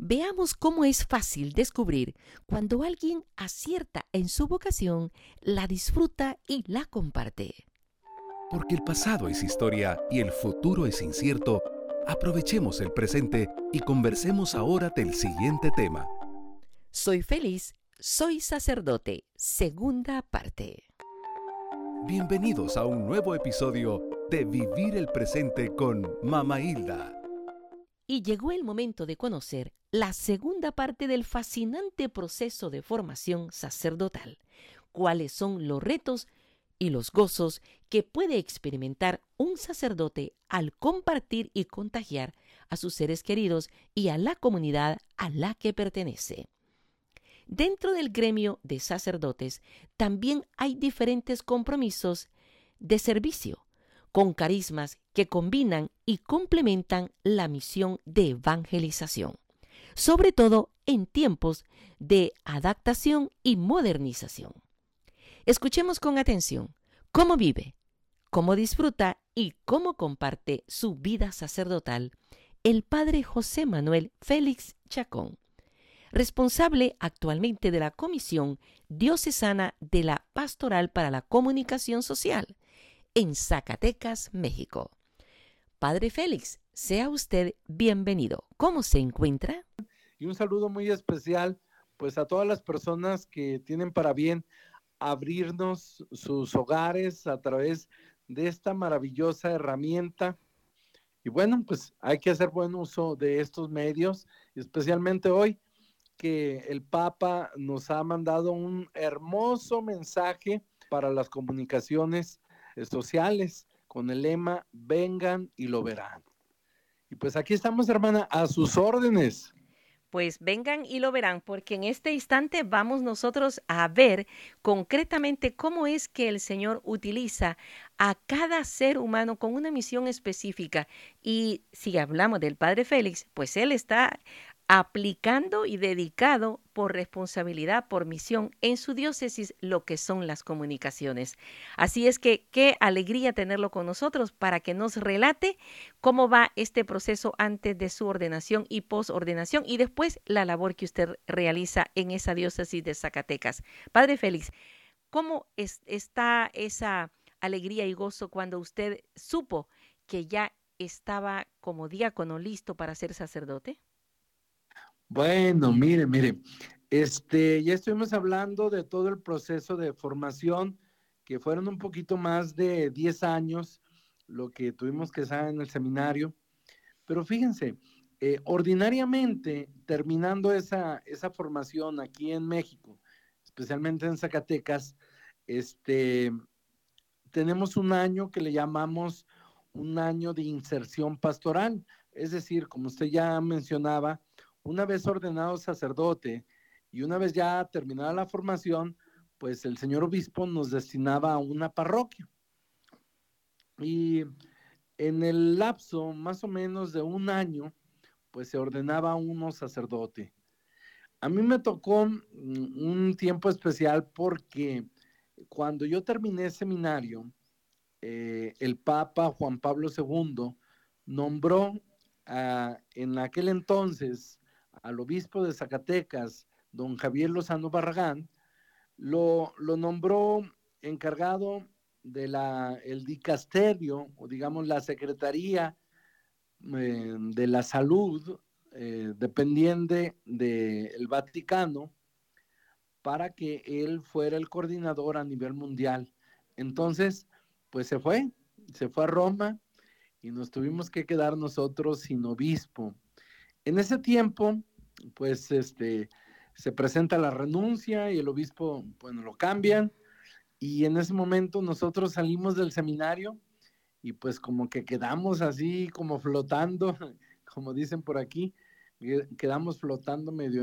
Veamos cómo es fácil descubrir cuando alguien acierta en su vocación, la disfruta y la comparte. Porque el pasado es historia y el futuro es incierto, aprovechemos el presente y conversemos ahora del siguiente tema. Soy feliz, soy sacerdote, segunda parte. Bienvenidos a un nuevo episodio de Vivir el Presente con Mama Hilda. Y llegó el momento de conocer la segunda parte del fascinante proceso de formación sacerdotal. ¿Cuáles son los retos y los gozos que puede experimentar un sacerdote al compartir y contagiar a sus seres queridos y a la comunidad a la que pertenece? Dentro del gremio de sacerdotes también hay diferentes compromisos de servicio, con carismas que combinan y complementan la misión de evangelización, sobre todo en tiempos de adaptación y modernización. Escuchemos con atención cómo vive, cómo disfruta y cómo comparte su vida sacerdotal el padre José Manuel Félix Chacón, responsable actualmente de la Comisión Diocesana de la Pastoral para la Comunicación Social en Zacatecas, México. Padre Félix, sea usted bienvenido. ¿Cómo se encuentra? Y un saludo muy especial pues a todas las personas que tienen para bien abrirnos sus hogares a través de esta maravillosa herramienta. Y bueno, pues hay que hacer buen uso de estos medios, especialmente hoy que el Papa nos ha mandado un hermoso mensaje para las comunicaciones sociales con el lema vengan y lo verán. Y pues aquí estamos, hermana, a sus órdenes. Pues vengan y lo verán, porque en este instante vamos nosotros a ver concretamente cómo es que el Señor utiliza a cada ser humano con una misión específica. Y si hablamos del Padre Félix, pues él está aplicando y dedicado por responsabilidad, por misión en su diócesis lo que son las comunicaciones. Así es que qué alegría tenerlo con nosotros para que nos relate cómo va este proceso antes de su ordenación y posordenación y después la labor que usted realiza en esa diócesis de Zacatecas. Padre Félix, ¿cómo está esa alegría y gozo cuando usted supo que ya estaba como diácono listo para ser sacerdote? Bueno, mire, ya estuvimos hablando de todo el proceso de formación, que fueron un poquito más de 10 años, lo que tuvimos que hacer en el seminario, pero fíjense, ordinariamente, terminando esa formación aquí en México, especialmente en Zacatecas, tenemos un año que le llamamos un año de inserción pastoral, es decir, como usted ya mencionaba, una vez ordenado sacerdote y una vez ya terminada la formación, pues el señor obispo nos destinaba a una parroquia. Y en el lapso más o menos de un año, pues se ordenaba uno sacerdote. A mí me tocó un tiempo especial porque cuando yo terminé el seminario, el Papa Juan Pablo II nombró en aquel entonces al obispo de Zacatecas, don Javier Lozano Barragán, lo nombró encargado de el dicasterio, o digamos la secretaría de la salud, dependiente del Vaticano, para que él fuera el coordinador a nivel mundial. Entonces, pues se fue a Roma y nos tuvimos que quedar nosotros sin obispo. En ese tiempo, pues se presenta la renuncia y el obispo, bueno, lo cambian y en ese momento nosotros salimos del seminario y pues como que quedamos así como flotando, como dicen por aquí, quedamos flotando medio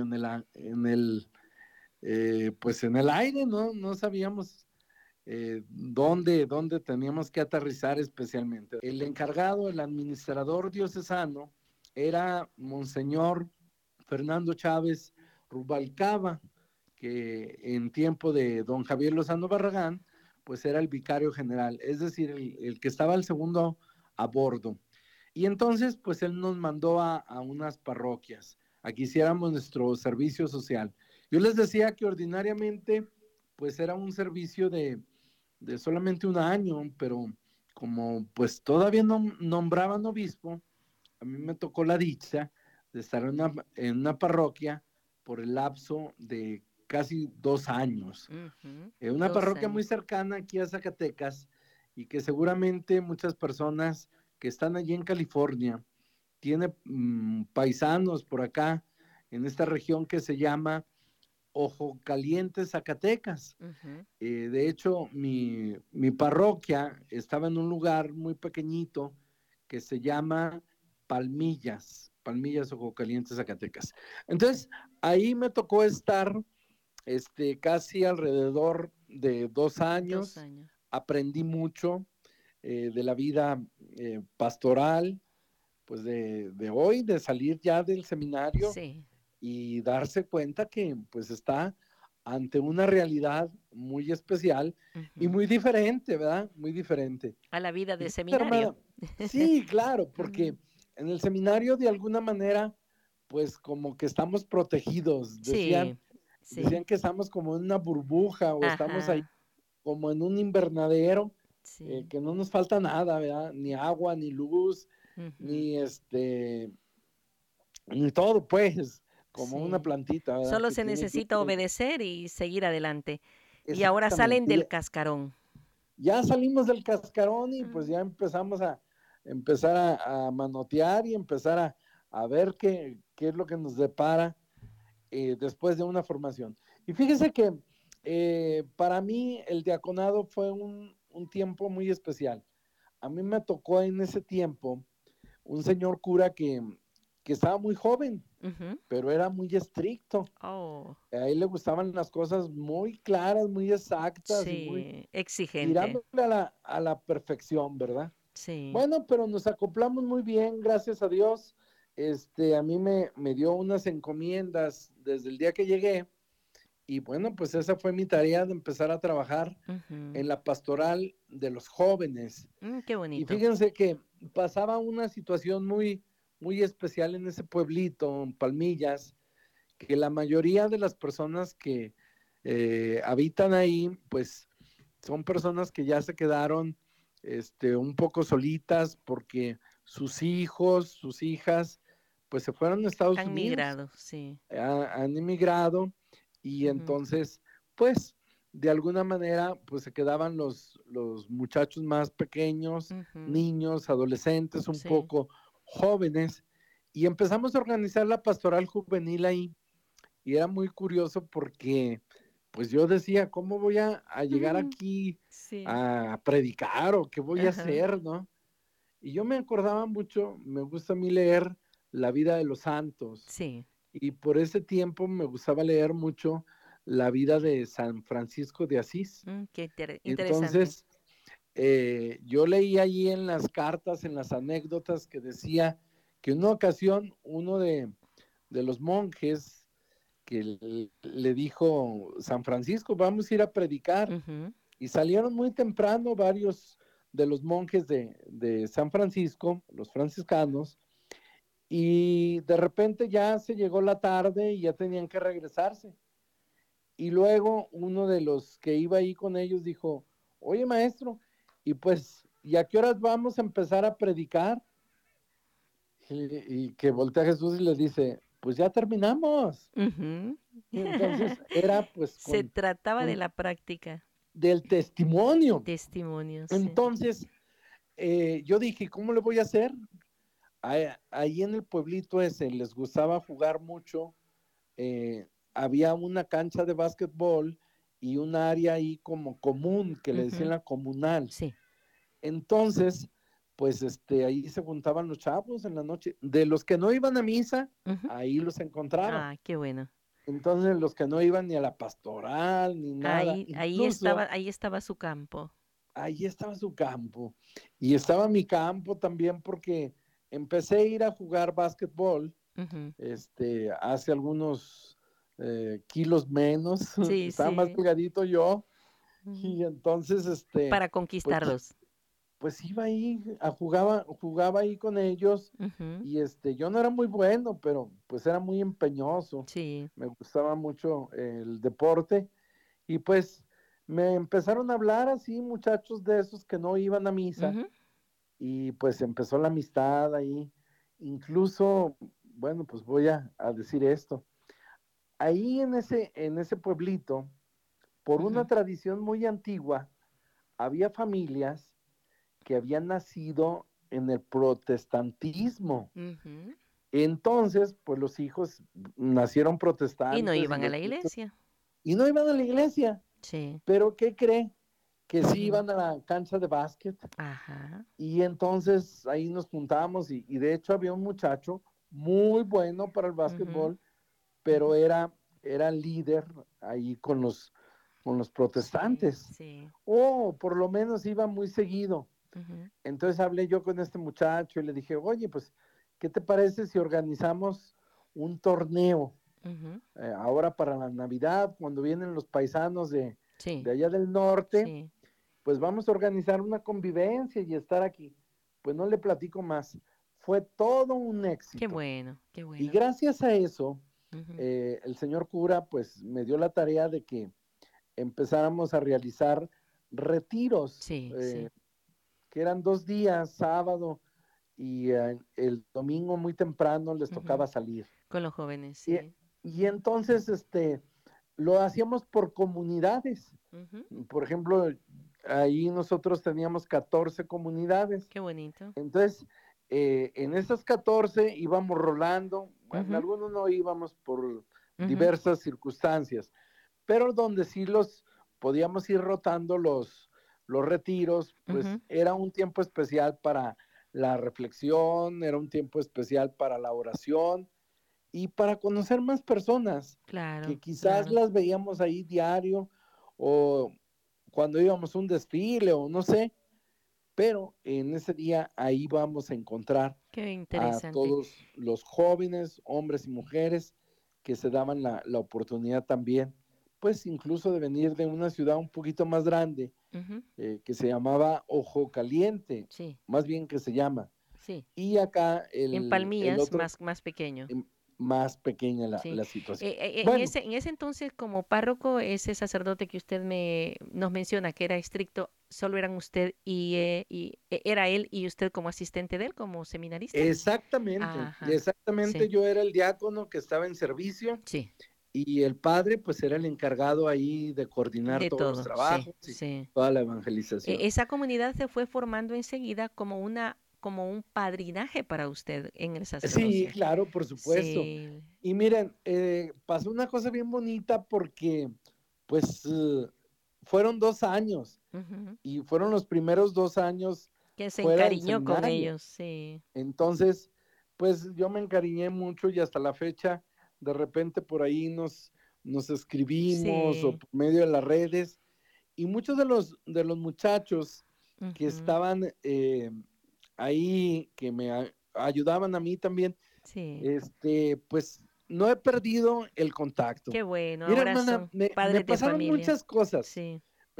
pues en el aire, ¿no? No sabíamos dónde teníamos que aterrizar especialmente. El encargado, el administrador diocesano, era Monseñor Fernando Chávez Rubalcaba, que en tiempo de don Javier Lozano Barragán, pues era el vicario general, es decir, el que estaba al segundo a bordo. Y entonces, pues él nos mandó a unas parroquias. a que hiciéramos nuestro servicio social. Yo les decía que ordinariamente, pues era un servicio de solamente un año, pero como pues todavía no nombraban obispo, a mí me tocó la dicha de estar en una parroquia por el lapso de casi 2 años. Una parroquia muy cercana aquí a Zacatecas y que seguramente muchas personas que están allí en California tiene paisanos por acá en esta región que se llama Ojo Caliente, Zacatecas. De hecho, mi parroquia estaba en un lugar muy pequeñito que se llama Palmillas, Ojo Caliente, Zacatecas. Entonces, ahí me tocó estar casi alrededor de 2 años. Aprendí mucho de la vida pastoral, pues de hoy, de salir ya del seminario. Sí. Y darse cuenta que pues está ante una realidad muy especial y muy diferente, ¿verdad? Muy diferente. A la vida de seminario. Hermana, sí, claro, porque en el seminario de alguna manera, pues como que estamos protegidos. Decían que estamos como en una burbuja o estamos ahí como en un invernadero, que no nos falta nada, ¿verdad? Ni agua, ni luz, ni ni todo, pues. Como una plantita, ¿verdad? Solo se necesita obedecer y seguir adelante. Y ahora salen del cascarón. Ya salimos del cascarón y pues ya empezamos a manotear y empezar a ver qué es lo que nos depara después de una formación. Y fíjese que para mí el diaconado fue un tiempo muy especial. A mí me tocó en ese tiempo un señor cura que estaba muy joven, pero era muy estricto. A él le gustaban las cosas muy claras, muy exactas y muy exigente. Tirándole a la perfección, ¿verdad? Sí. Bueno, pero nos acoplamos muy bien, gracias a Dios. A mí me dio unas encomiendas desde el día que llegué y bueno, pues esa fue mi tarea de empezar a trabajar en la pastoral de los jóvenes. Qué bonito. Y fíjense que pasaba una situación muy especial en ese pueblito, en Palmillas, que la mayoría de las personas que habitan ahí, pues son personas que ya se quedaron un poco solitas porque sus hijos, sus hijas, pues se fueron a Estados Unidos. Han migrado, sí. Han emigrado y entonces, pues, de alguna manera, pues se quedaban los muchachos más pequeños, niños, adolescentes, un poco jóvenes, y empezamos a organizar la pastoral juvenil ahí, y era muy curioso porque, pues yo decía, ¿cómo voy a llegar aquí a predicar o qué voy a hacer, no? Y yo me acordaba mucho, me gusta a mí leer la vida de los santos, y por ese tiempo me gustaba leer mucho la vida de San Francisco de Asís. Qué interesante. Entonces, yo leí allí en las cartas, en las anécdotas, que decía que en una ocasión uno de los monjes que le dijo, San Francisco, vamos a ir a predicar, y salieron muy temprano varios de los monjes de San Francisco, los franciscanos, y de repente ya se llegó la tarde y ya tenían que regresarse. Y luego uno de los que iba ahí con ellos dijo, oye maestro, y pues, ¿y a qué horas vamos a empezar a predicar? Y que voltea a Jesús y le dice, pues ya terminamos. Y entonces era pues se trataba de la práctica. Del testimonio. Testimonio, entonces, yo dije, ¿cómo le voy a hacer? Ahí en el pueblito ese les gustaba jugar mucho, había una cancha de básquetbol y un área ahí como común, que le decían la comunal. Entonces, pues ahí se juntaban los chavos en la noche. De los que no iban a misa, ahí los encontraba. Ah, qué bueno. Entonces, los que no iban ni a la pastoral, ni nada. Ahí estaba su campo. Ahí estaba su campo. Y estaba mi campo también porque empecé a ir a jugar básquetbol hace algunos kilos menos. Estaba más delgadito yo. Y entonces, para conquistarlos. pues iba ahí, jugaba ahí con ellos Ujú. y yo no era muy bueno, pero pues era muy empeñoso. Sí. Me gustaba mucho el deporte y pues me empezaron a hablar así muchachos de esos que no iban a misa Ujú. y pues empezó la amistad ahí. Incluso, bueno, pues voy a decir esto. Ahí en ese pueblito, por una Ujú. tradición muy antigua, había familias que habían nacido en el protestantismo. Ujú. Entonces, pues los hijos nacieron Y no protestantes y iban a los la nietos, iglesia. y no iban a la iglesia, Sí. pero ¿qué cree? Que sí Ujú. iban a la cancha de básquet Ajá. y entonces ahí nos juntábamos y de hecho había un muchacho muy bueno para el Ujú. básquetbol, Ujú. pero era líder ahí con los Sí, protestantes, sí. o por lo menos iba muy seguido. Ujú. Entonces hablé yo con este muchacho y le dije, oye, pues, ¿qué te parece si organizamos un torneo Ujú. ahora para la Navidad, cuando vienen los paisanos de Sí, allá del norte? sí. Pues vamos a organizar una convivencia y estar aquí. Pues no le platico más. Fue todo un Qué éxito. bueno, qué Y bueno. gracias a eso, Ujú. el señor cura pues me dio la tarea de que empezáramos a realizar retiros, Sí, sí. que eran 2 días, sábado y el domingo muy temprano les Ujú. tocaba salir. Con los jóvenes, Y, sí. y entonces lo hacíamos por comunidades. Ujú. Por ejemplo, ahí nosotros teníamos 14 comunidades. Qué bonito. Entonces, en esas 14 íbamos rolando. Bueno, en Ujú. algunos no íbamos por Ujú. diversas circunstancias, pero donde sí los podíamos ir rotando los retiros, pues Ujú. era un tiempo especial para la reflexión, era un tiempo especial para la oración y para conocer más personas que Claro, quizás claro. las veíamos ahí diario o cuando íbamos a un desfile o no sé, pero en ese día ahí vamos a encontrar Qué a interesante. todos los jóvenes, hombres y mujeres que se daban la oportunidad también, pues incluso de venir de una ciudad un poquito más grande, Ujú. que se llamaba Ojo Caliente, Sí, más bien que se llama. sí. Y acá En el Palmillas, otro, más pequeño. más pequeña la, Sí. la situación. En Bueno, ese entonces, como párroco, ese sacerdote que usted nos menciona que era estricto, solo eran usted era él y usted como asistente de él, como seminarista. Ajá. exactamente Sí, yo era el diácono que estaba en servicio sí. y el padre pues era el encargado ahí de coordinar De todos los todo, sí, trabajos y sí. toda la evangelización. Esa comunidad se fue formando enseguida como un padrinaje para usted en el Sí, sacerdocio. claro, por supuesto. Sí. Y miren, pasó una cosa bien bonita porque pues fueron 2 años Ujú. y fueron los primeros 2 años Que se fuera del encariñó con seminario. ellos, sí. Entonces, pues yo me encariñé mucho y hasta la fecha, de repente por ahí nos escribimos o Sí. por medio de las redes y muchos de los muchachos que Ujú. estaban ahí, que me ayudaban a mí también, Sí. pues no he perdido el contacto. Qué bueno, Mira, ahora hermana, son me padres de pasaron familia. muchas cosas, Sí,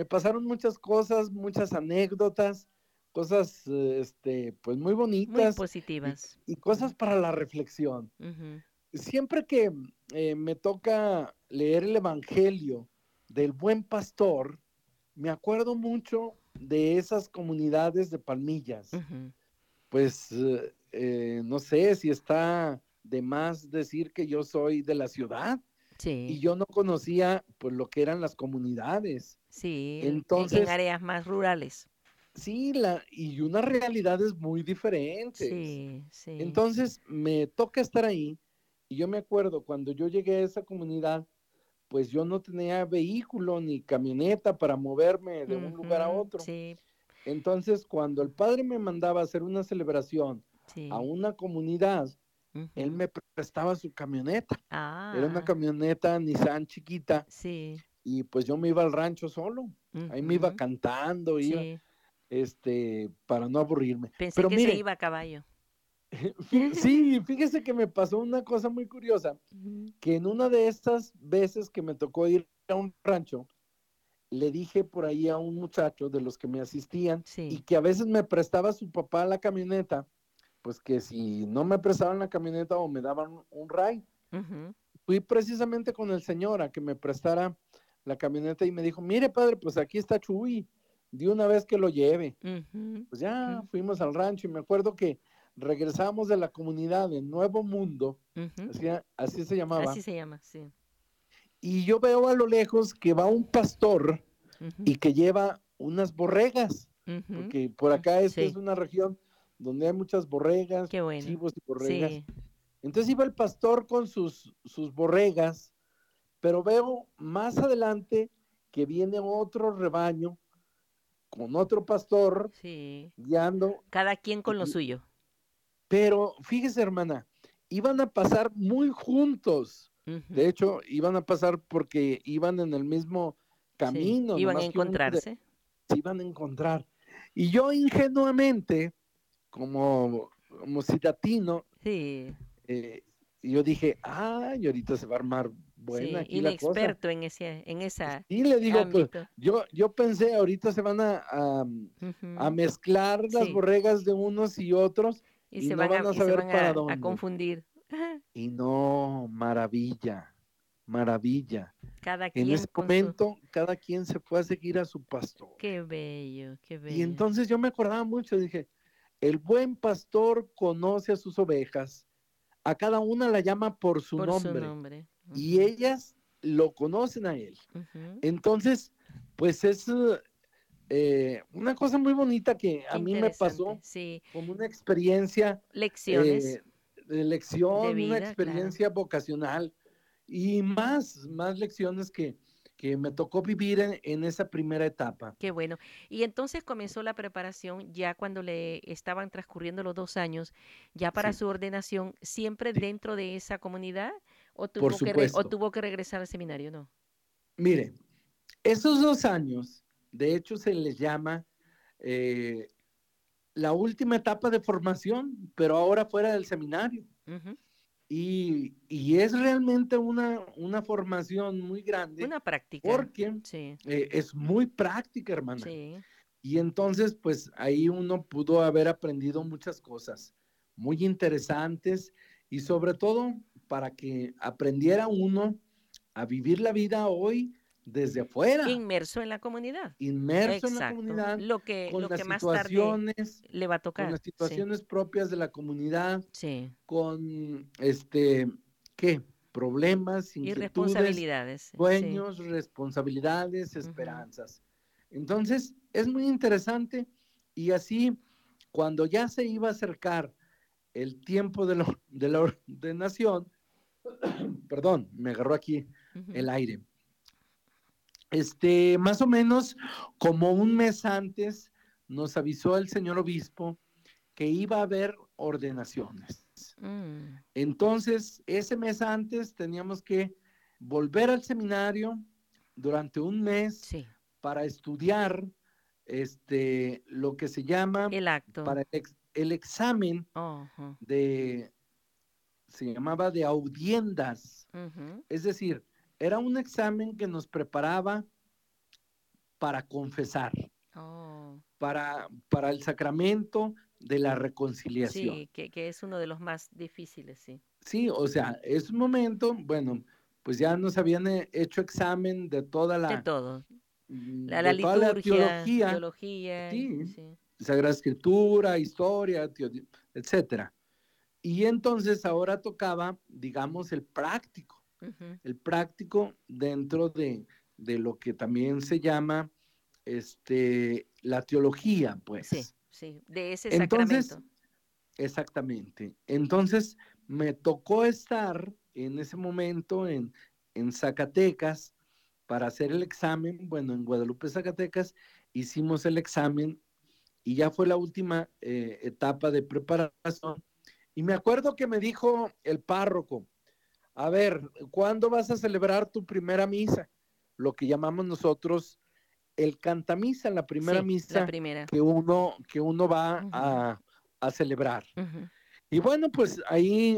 muchas anécdotas, cosas, pues muy muy bonitas y, positivas. y cosas Ujú. para la reflexión. Ujú. Siempre que me toca leer el Evangelio del Buen Pastor, me acuerdo mucho de esas comunidades de Palmillas. Ujú. Pues no sé si está de más decir que yo soy de la ciudad y Sí, yo no conocía pues lo que eran las comunidades. sí, en Entonces, áreas más rurales. sí, y unas realidades muy diferentes. Sí, sí. Entonces, me toca estar ahí y yo me acuerdo cuando yo llegué a esa comunidad, pues yo no tenía vehículo ni camioneta para moverme de un lugar a Ujú. otro. Sí, Entonces, cuando el padre me mandaba a hacer una celebración a sí. una comunidad, él Ujú. me prestaba su camioneta. Era una Ah, camioneta Nissan chiquita sí. y pues yo me iba al rancho solo. Ahí me iba Ujú. cantando, iba, Sí. para no aburrirme. Pensé Pero que se mire, iba a caballo. sí, fíjese que me pasó una cosa muy curiosa, Ujú. que en una de estas veces que me tocó ir a un rancho, le dije por ahí a un muchacho de los que me asistían y Sí. que a veces me prestaba su papá la camioneta, pues que si no me prestaban la camioneta o me daban un ride. Ujú, Fui precisamente con el señor a que me prestara la camioneta y me dijo, mire padre, pues aquí está Chuy, de una vez que lo lleve. ujú, Pues ya ujú, fuimos al rancho y me acuerdo que regresamos de la comunidad de Nuevo Mundo, ujú. así se llamaba, Así se llama, sí. y yo veo a lo lejos que va un pastor Ujú, y que lleva unas borregas, ujú, porque por acá esta es sí, una región donde hay muchas borregas, qué bueno. chivos y borregas. Sí. Entonces iba el pastor con sus borregas, pero veo más adelante que viene otro rebaño con otro pastor Sí, guiando, cada quien con lo y, suyo. pero fíjese hermana, iban a pasar muy juntos. De Ujú, hecho, iban a pasar porque iban en el mismo sí, camino, iban a nomás que uno encontrarse. se iban a encontrar. Y yo ingenuamente, como citatino, Sí, eh, yo dije, ay, ahorita se va a armar buena sí, aquí la cosa. inexperto en ese Y le digo, pues ámbito. yo pensé, ahorita se van a Ujú, mezclar las sí, borregas de unos y otros y no van a y se saber van para a dónde. confundir. Ajá, Y no, maravilla, maravilla. cada En ese quien con su... momento, cada quien se fue a seguir a su pastor. Qué bello, qué Y bello. entonces yo me acordaba mucho, dije, el buen pastor conoce a sus ovejas, a cada una la llama por su Por su nombre nombre. y Ujú, ellas lo conocen a él. ujú. Entonces, pues es una cosa muy bonita que Qué a mí me interesante. pasó Sí, como una experiencia lecciones eh, de de lección, una vida, claro. experiencia vocacional y más lecciones que me tocó vivir en esa primera etapa. Qué bueno. Y entonces comenzó la preparación ya cuando le estaban transcurriendo los 2 años, ya para Sí, su ordenación, siempre sí, dentro de esa comunidad por o supuesto. tuvo que regresar al seminario, ¿no? Mire, esos 2 años, de hecho, se les llama eh, la última etapa de formación, pero ahora fuera del seminario. Ujú. Y es realmente una formación muy grande Una práctica. porque Sí, es muy práctica, hermana. sí. Y entonces, pues ahí uno pudo haber aprendido muchas cosas muy interesantes y sobre todo para que aprendiera uno a vivir la vida hoy desde afuera, Inmerso en la comunidad. inmerso en la Exacto. comunidad, Lo que más tarde le va a con tocar. las Sí, situaciones propias de la comunidad, sí. con ¿qué? Problemas, Y inquietudes, responsabilidades. Sí. sueños, responsabilidades, Ujú. esperanzas. Entonces, es muy interesante y así, cuando ya se iba a acercar el tiempo de la ordenación, perdón, me agarró aquí Ujú. el aire. Más o menos como un mes antes nos avisó el señor obispo que iba a haber ordenaciones. Mm, Entonces, ese mes antes teníamos que volver al seminario durante un mes sí. para estudiar lo que se llama El acto. para el examen Ajá. de, se llamaba de audiendas. Ujú. Es decir, era un examen que nos preparaba para confesar, Oh, para el sacramento de la reconciliación. sí, que es uno de los más difíciles, sí. Sí, o sea, es un momento, bueno, pues ya nos habían hecho examen De todo. La de toda la liturgia, teología, teología, sí, sí. Sagrada Escritura, historia, etcétera. Y entonces ahora tocaba, digamos, Ujú. el práctico dentro de lo que también se llama la teología, Sí, pues. sí, de ese Entonces, sacramento. exactamente. Entonces, me tocó estar en ese momento en Zacatecas para hacer el examen. Bueno, en Guadalupe, Zacatecas, hicimos el examen y ya fue la última etapa de preparación. Y me acuerdo que me dijo el párroco, a ver, ¿cuándo vas a celebrar tu primera misa? Lo que llamamos nosotros el cantamisa, la primera Sí, la misa primera. que uno va Ujú, a celebrar. ujú. Y bueno, pues ahí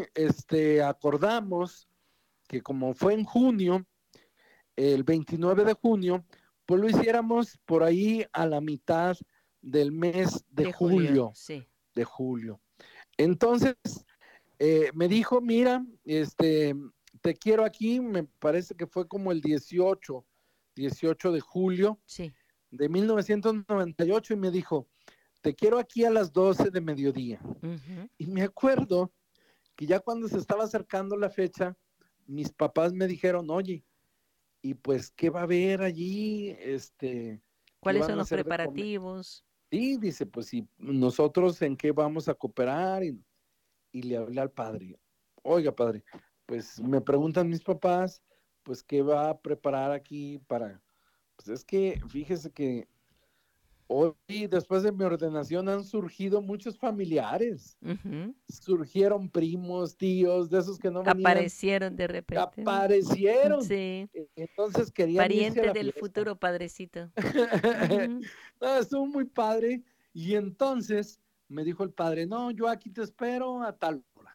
acordamos que como fue en junio, el 29 de junio, pues lo hiciéramos por ahí a la mitad del mes de julio. Sí. De julio. Entonces, me dijo, mira, te quiero aquí, me parece que fue como el 18 de julio Sí. de 1998, y me dijo, te quiero aquí a las 12 de mediodía. Ujú. Y me acuerdo que ya cuando se estaba acercando la fecha, mis papás me dijeron, oye, y pues, ¿qué va a haber allí? ¿Qué ¿Cuáles van son a los hacer de comer? preparativos? Sí, dice, pues, ¿y nosotros en qué vamos a cooperar? Y le hablé al padre, oiga, padre, pues me preguntan mis papás, pues, ¿qué va a preparar aquí para...? Pues es que, fíjese que hoy, después de mi ordenación, han surgido muchos familiares. Ujú. Surgieron primos, tíos, de esos que no venían, Aparecieron de repente. aparecieron. Sí. Entonces querían irse a Parientes la del fiesta. futuro padrecito. Ujú. No, estuvo muy padre. Y entonces me dijo el padre, no, yo aquí te espero a tal hora.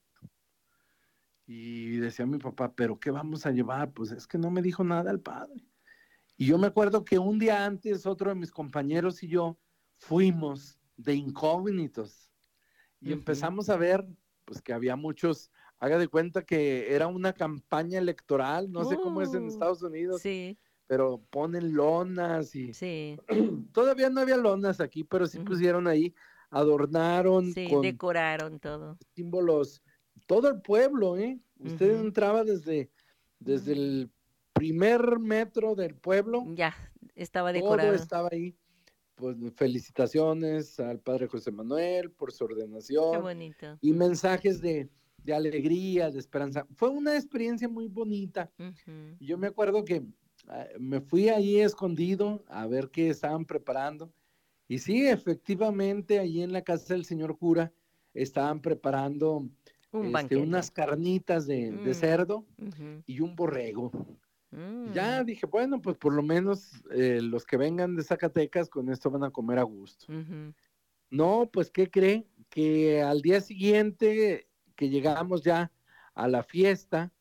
Y decía mi papá, ¿pero qué vamos a llevar? Pues es que no me dijo nada el padre. Y yo me acuerdo que un día antes, otro de mis compañeros y yo fuimos de incógnitos y Ujú. empezamos a ver, pues que había muchos, haga de cuenta que era una campaña electoral, no sé cómo es en Estados Unidos, Sí, pero ponen lonas y sí. todavía no había lonas aquí, pero sí Ujú. pusieron ahí, adornaron Sí, con decoraron todo. símbolos, todo el pueblo, ¿eh? Usted Ujú. entraba desde el primer metro del pueblo, Ya, estaba todo decorado. estaba ahí. Pues felicitaciones al padre José Manuel por su Qué ordenación bonito. y mensajes de alegría, de esperanza. Fue una experiencia muy bonita. Ujú. Y yo me acuerdo que me fui ahí escondido a ver qué estaban preparando. Y sí, efectivamente, ahí en la casa del señor cura estaban preparando Un unas banquete. carnitas de Mm, cerdo ujú, y un borrego. Y ya mm, dije, bueno, pues por lo menos los que vengan de Zacatecas con esto van a comer a gusto. ujú. No, pues ¿qué cree? Que al día siguiente que llegamos ya a la fiesta,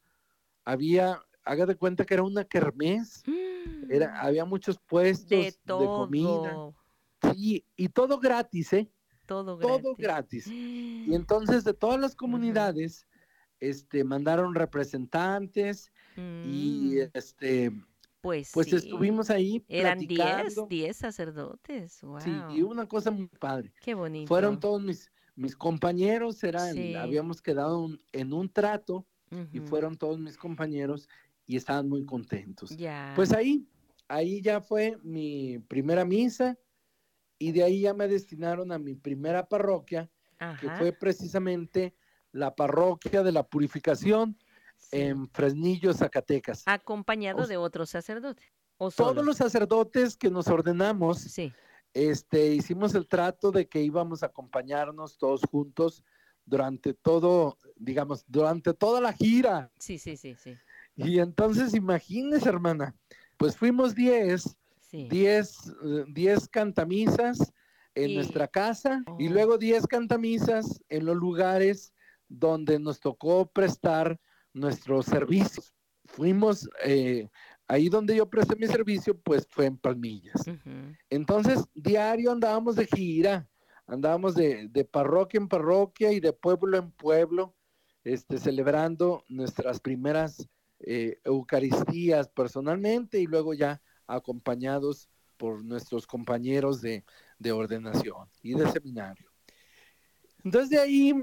haga de cuenta que era una kermés, Mm, había muchos De puestos de comida, todo, sí, y todo gratis, ¿eh? todo Todo gratis. gratis. Y entonces de todas las Ujú. comunidades, mandaron representantes y Mm, Pues pues sí, estuvimos ahí eran 10, platicando. 10 sacerdotes. Sí, Wow, una cosa muy padre. qué Fueron bonito. todos mis compañeros, Sí, habíamos quedado en un trato y ujú, fueron todos mis compañeros y estaban muy contentos. Pues ya, ahí ya fue mi primera misa y de ahí ya me destinaron a mi primera parroquia, que ajá, fue precisamente la parroquia de la Purificación sí. en Fresnillo, Zacatecas. Acompañado de otro sacerdote, o Todos solo. los sacerdotes que nos ordenamos, Sí, hicimos el trato de que íbamos a acompañarnos todos juntos durante todo, digamos, durante toda la gira. sí, sí, sí, sí, Y entonces, imagínese, hermana, pues fuimos sí. 10, 10 cantamisas en Y, nuestra casa y oh, luego 10 cantamisas en los lugares donde nos tocó prestar nuestros servicios. Fuimos, ahí donde yo presté mi servicio, pues fue en Palmillas. ujú, Entonces, diario andábamos de gira, andábamos de parroquia en parroquia y de pueblo en pueblo, celebrando nuestras primeras Eucaristías personalmente y luego ya acompañados por nuestros compañeros de ordenación y de seminario. Entonces de ahí,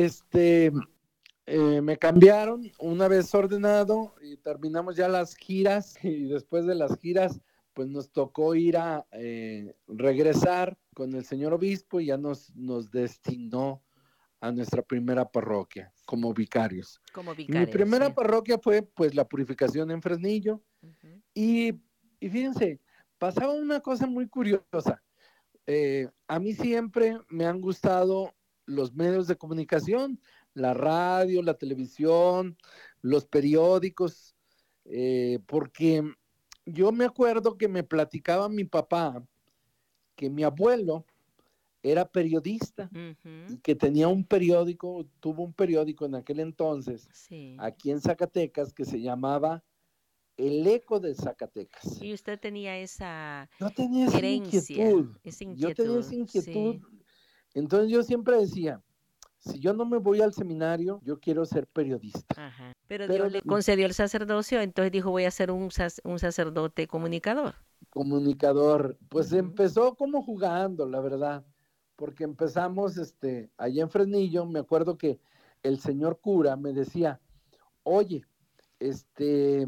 me cambiaron una vez ordenado y terminamos ya las giras y después de las giras pues nos tocó ir a regresar con el señor obispo y ya nos destinó a nuestra primera parroquia como vicarios. como Y mi vicario, primera sí. parroquia fue pues la Purificación en Fresnillo Ujú. y fíjense, pasaba una cosa muy curiosa. A mí siempre me han gustado los medios de comunicación, la radio, la televisión, los periódicos, porque yo me acuerdo que me platicaba mi papá que mi abuelo era periodista Ujú. y que tenía un periódico, tuvo un periódico en aquel entonces, Sí. aquí en Zacatecas, que se llamaba el eco de Zacatecas. Y usted tenía esa Yo tenía esa herencia, inquietud, esa yo tenía inquietud, esa inquietud, sí. entonces yo siempre decía, si yo no me voy al seminario, yo quiero ser periodista. Ajá. Pero Pero Dios le concedió el sacerdocio, entonces dijo, voy a ser un sacerdote comunicador. comunicador, pues Ujú. empezó como jugando, la verdad, porque empezamos allá en Fresnillo, me acuerdo que el señor cura me decía, oye, este,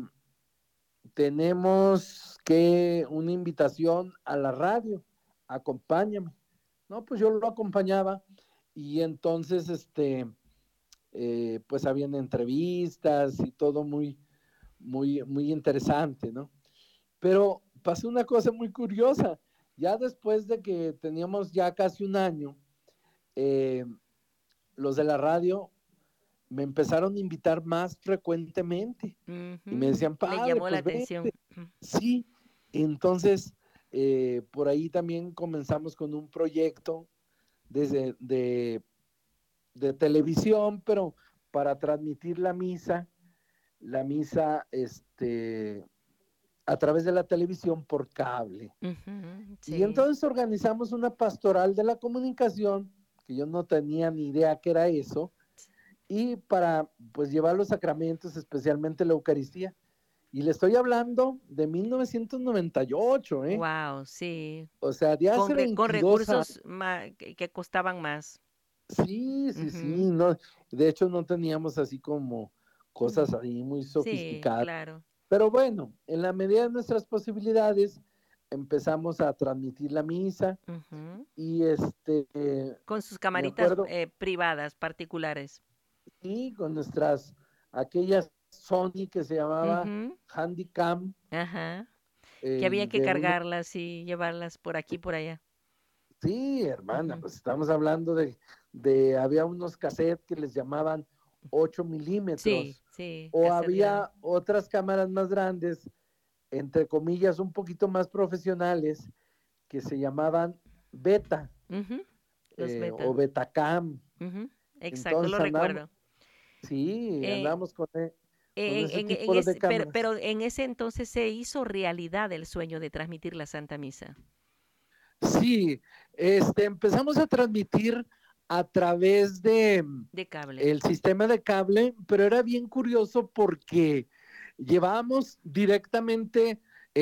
tenemos que una invitación a la radio, acompáñame. No, pues yo lo acompañaba y entonces, pues habían entrevistas y todo muy, muy, muy interesante, ¿no? Pero pasó una cosa muy curiosa. Ya después de que teníamos ya casi un año, eh, los de la radio me empezaron a invitar más frecuentemente y me Ujú. decían, Le padre, llamó la pues ven, atención. sí. Entonces, por ahí también comenzamos con un proyecto desde de televisión, pero para transmitir la misa, a través de la televisión por cable. Ujú, Y sí. entonces organizamos una pastoral de la comunicación, que yo no tenía ni idea que era eso, y para pues llevar los sacramentos, especialmente la Eucaristía. Y le estoy hablando de 1998, ¿eh? Wow, sí. O sea, de hace Con 22 años. recursos que costaban más. Sí, sí, sí, Ujú. no, de hecho no teníamos así como Mm, cosas ahí muy sí, sofisticadas. claro. Pero bueno, en la medida de nuestras posibilidades empezamos a transmitir la misa Ujú. y Con sus me camaritas acuerdo, privadas, particulares. y con aquellas Sony que se llamaba Ujú. Handycam, Ajá. Que había que de uno, cargarlas y llevarlas por aquí, por allá. sí, hermana, Ujú. pues estamos hablando había unos cassettes que les llamaban 8 Sí, milímetros, sí, o cassette line. había otras cámaras más grandes, entre comillas, un poquito más profesionales, que se llamaban Beta, Ujú. Los o beta. Betacam. Ujú. Exacto, lo Entonces andamos, recuerdo. sí, Eh, andamos con ese tipo de cámaras. pero en ese entonces se hizo realidad el sueño de transmitir la Santa Misa. Sí, empezamos a transmitir a través de De cable. el sistema de cable, pero era bien curioso porque llevábamos directamente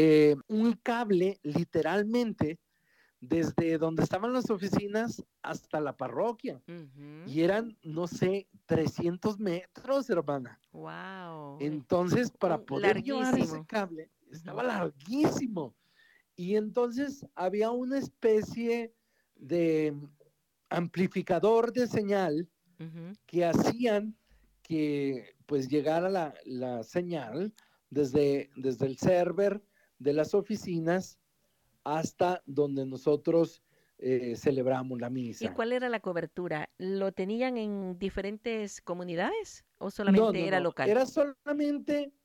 un cable, literalmente, desde donde estaban las oficinas hasta la parroquia. Ujú. Y eran, no sé, 300 metros, hermana. Wow. Entonces, para poder llevar ese Larguísimo. cable, Ujú. estaba larguísimo. Y entonces había una especie de amplificador de señal Ujú. que hacían que pues llegara la señal desde el server de las oficinas hasta donde nosotros celebramos la ¿Y misa. cuál era la cobertura? ¿Lo tenían en diferentes comunidades o No, solamente no, era no, local? era solamente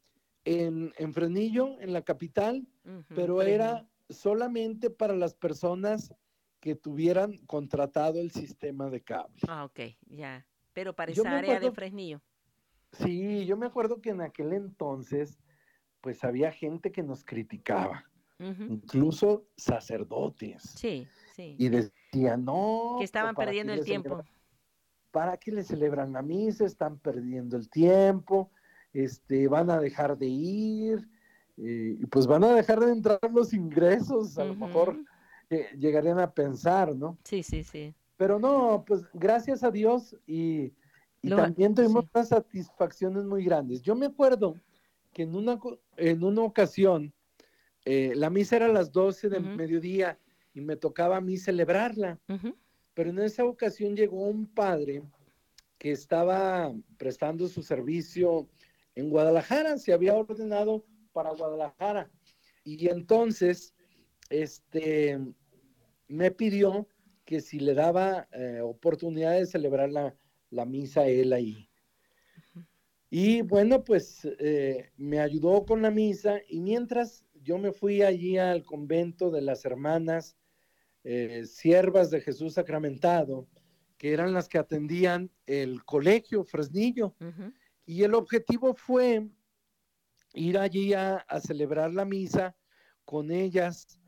en Fresnillo, en la capital, Ujú, pero Fresnillo. era solamente para las personas que tuvieran contratado el sistema de cable. Ah, ok, ya. Pero para Yo esa me área de acuerdo, Fresnillo. sí, yo me acuerdo que en aquel entonces, pues había gente que nos criticaba, Ujú. incluso sacerdotes, Sí, sí. y decían, Que no, estaban ¿para perdiendo qué el tiempo. le celebran la misa? Están perdiendo el tiempo, van a dejar de ir, y pues van a dejar de entrar los ingresos, a lo mejor Ujú. llegarían a pensar, ¿no? Sí, sí, sí. Pero no, pues gracias a Dios y también tuvimos Sí. unas satisfacciones muy grandes. Yo me acuerdo que en una ocasión, la misa era a las 12 de Ujú, mediodía y me tocaba a mí celebrarla, ujú, pero en esa ocasión llegó un padre que estaba prestando su servicio en Guadalajara, se había ordenado para Guadalajara. Y entonces, este, me pidió que si le daba oportunidad de celebrar la misa él ahí. ujú, Y bueno, pues me ayudó con la misa y mientras yo me fui allí al convento de las hermanas siervas de Jesús sacramentado, que eran las que atendían el colegio Fresnillo. ujú. Y el objetivo fue ir allí a celebrar la misa con ellas.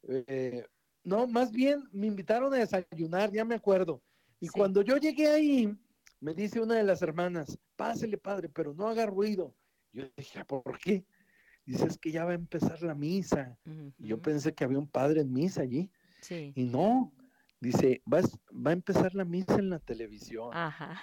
No, más bien me invitaron a desayunar, ya me acuerdo. Y Sí. cuando yo llegué ahí, me dice una de las hermanas, pásele padre, pero no haga ruido. Yo dije, ¿por qué? Dice, es que ya va a empezar la misa. Y yo Ujú. pensé que había un padre en misa allí. Sí. Y no, dice, va a empezar la misa en la televisión. Ajá.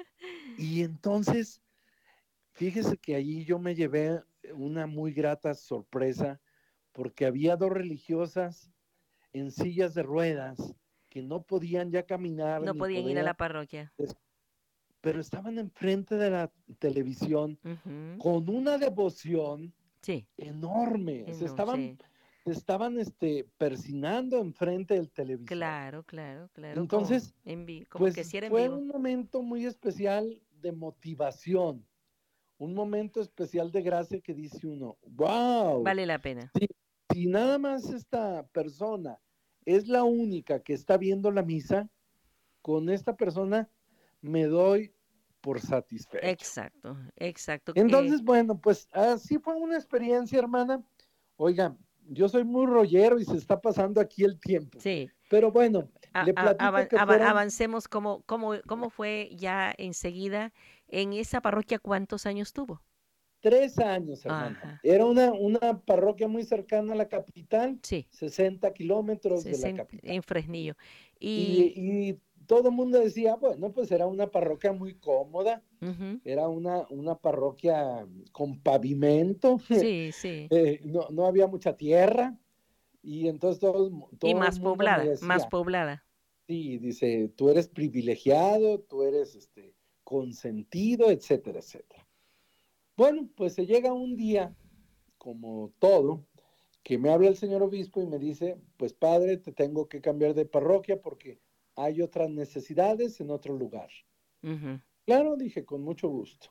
Y entonces, fíjese que allí yo me llevé una muy grata sorpresa porque había dos religiosas en sillas de ruedas que no podían ya caminar No ni podían ir a la podían, parroquia. pero estaban enfrente de la televisión Ujú. con una devoción Sí. enorme. No, sí. Se estaban persinando enfrente del televisor. Claro, claro, claro. Como Entonces, como que pues si era en fue vivo. un momento muy especial de motivación, un momento especial de gracia que dice uno, wow, Vale la pena. si nada más esta persona es la única que está viendo la misa, con esta persona me doy por satisfecho. Exacto, exacto. Entonces, bueno, pues así fue una experiencia, hermana. Oiga, yo soy muy rollero y se está pasando aquí el tiempo. Sí. Pero bueno, le platico que fueron Avancemos cómo fue ya enseguida en esa parroquia, ¿cuántos años tuvo? 3 años, hermana. Ajá. Era una parroquia muy cercana a la capital, Sí. 60 kilómetros de la 60 capital. en Fresnillo. Y, Y y todo el mundo decía, bueno, pues era una parroquia muy cómoda, ujú. era una parroquia con pavimento, Sí, sí. no, no había mucha tierra, y entonces Y todo el mundo me más decía, poblada. sí, dice, tú eres privilegiado, tú eres consentido, etcétera, etcétera. Bueno, pues se llega un día, como todo, que me habla el señor obispo y me dice, pues padre, te tengo que cambiar de parroquia porque hay otras necesidades en otro lugar. Ujú. Claro, dije, con mucho gusto.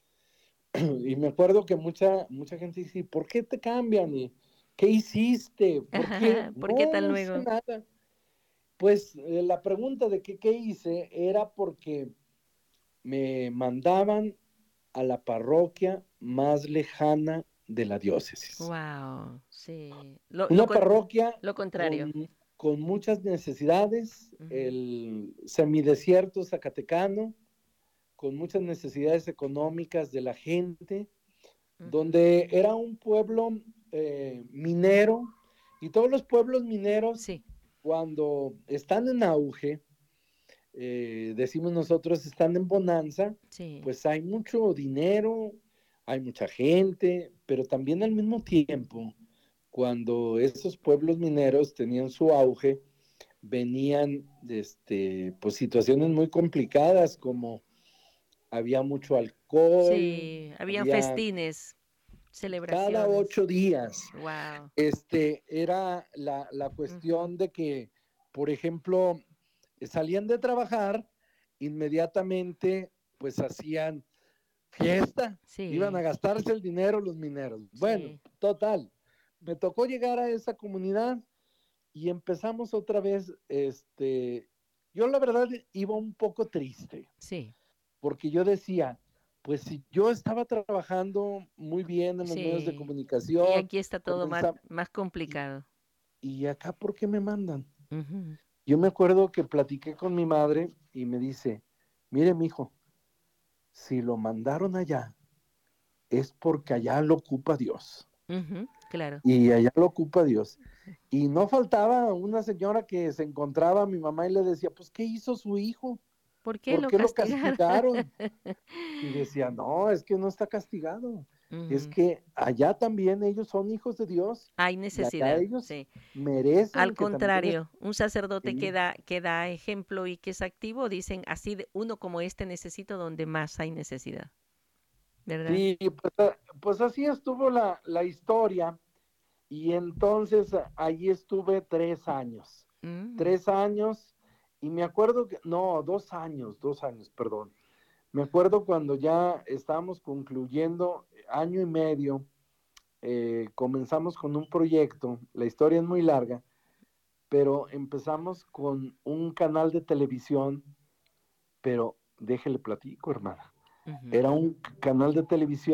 Y me acuerdo que mucha gente dice, ¿por qué te cambian? ¿Y qué hiciste? ¿Por qué? ¿Por qué No, tan no hice luego? nada. Pues la pregunta de qué hice era porque me mandaban a la parroquia más lejana de la diócesis. Wow, sí. Una parroquia Lo contrario. con muchas necesidades, Ujú, el semidesierto zacatecano, con muchas necesidades económicas de la gente, ujú. donde era un pueblo minero, y todos los pueblos mineros, Sí, cuando están en auge, decimos nosotros, están en bonanza, sí. pues hay mucho dinero, hay mucha gente, pero también al mismo tiempo, cuando esos pueblos mineros tenían su auge, venían pues situaciones muy complicadas, como había mucho alcohol, Sí, habían había festines, cada celebraciones. 8 días. Wow. Era la cuestión de que, por ejemplo, salían de trabajar, inmediatamente pues hacían fiesta, iban a Sí, gastarse el dinero los mineros. Bueno, sí. total, me tocó llegar a esa comunidad y empezamos otra vez, yo la verdad iba un poco triste, Sí, porque yo decía, pues si yo estaba trabajando muy bien en los medios de sí. Y comunicación, aquí está todo comenzamos, más y, complicado. y acá, ¿por qué me mandan? Ujú. Yo me acuerdo que platiqué con mi madre y me dice, mire, mijo, si lo mandaron allá, es porque allá lo ocupa Dios. Ujú, claro. Y allá lo ocupa Dios. Y no faltaba una señora que se encontraba a mi mamá y le decía, pues, ¿qué hizo su hijo? ¿Por qué ¿Por lo qué lo castigaron? castigaron? Y decía, no, es que no está castigado. Es Ujú. que allá también ellos son hijos de Dios Hay y allá necesidad, ellos sí. Al merecen que también contrario, un sacerdote estén. que da ejemplo y que es activo, dicen así, uno como este necesito donde más hay necesidad, ¿verdad? Sí, pues así estuvo la historia. Y entonces ahí estuve 3 años. Mm, 3 años, y me acuerdo que, no, 2 años, perdón. Me acuerdo cuando ya estábamos concluyendo año y medio, comenzamos con un proyecto, la historia es muy larga, pero empezamos con un canal de televisión, pero déjele platico, hermana. ujú. Era un canal de televisión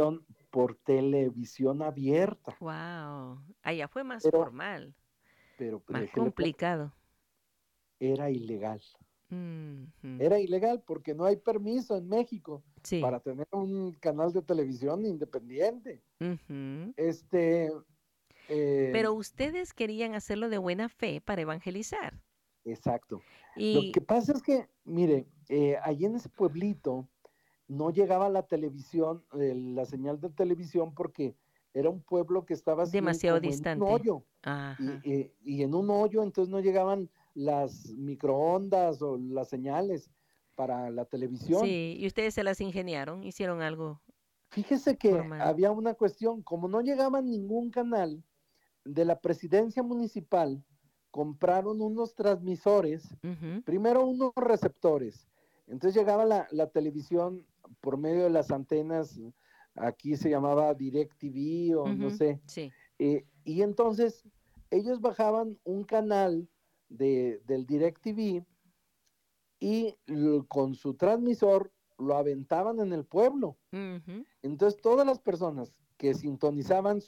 por televisión abierta. Wow. Allá fue más Pero, formal, pero más déjele complicado. era ilegal. Ujú. Era ilegal porque no hay permiso en México Sí. para tener un canal de televisión independiente. Ujú. Este, eh, Pero ustedes querían hacerlo de buena fe para evangelizar. exacto. Lo Y que pasa es que, mire, allí en ese pueblito no llegaba la televisión, la señal de televisión, porque era un pueblo que estaba así demasiado como en un distante. hoyo. Ajá. Y en un hoyo entonces no llegaban las microondas o las señales para la televisión. Sí, y ustedes se las ingeniaron, hicieron algo Fíjese que formal. había una cuestión, como no llegaba ningún canal de la presidencia municipal, compraron unos transmisores, Ujú. primero unos receptores, entonces llegaba la televisión por medio de las antenas, aquí se llamaba DirecTV o no Ujú. sé, Sí. y entonces ellos bajaban un canal del DirecTV y con su transmisor lo aventaban en el pueblo. Ujú. Entonces, todas las personas que sintonizaban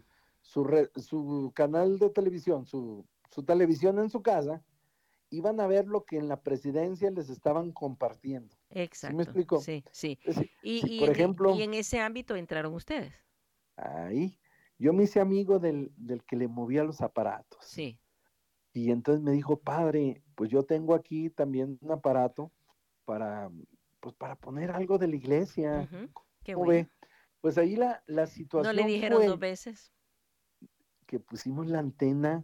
su canal de televisión, su televisión en su casa, iban a ver lo que en la presidencia les estaban compartiendo. ¿Sí me Exacto, explico? sí, sí. Si, por Y ejemplo, en ese ámbito entraron ustedes. ahí, yo me hice amigo del que le movía los aparatos. Sí. Y entonces me dijo, padre, pues yo tengo aquí también un aparato para, pues para poner algo de la iglesia. Ujú. Qué ¿Cómo bueno. ve? Pues ahí la ¿No le situación dijeron dos fue veces? que pusimos la antena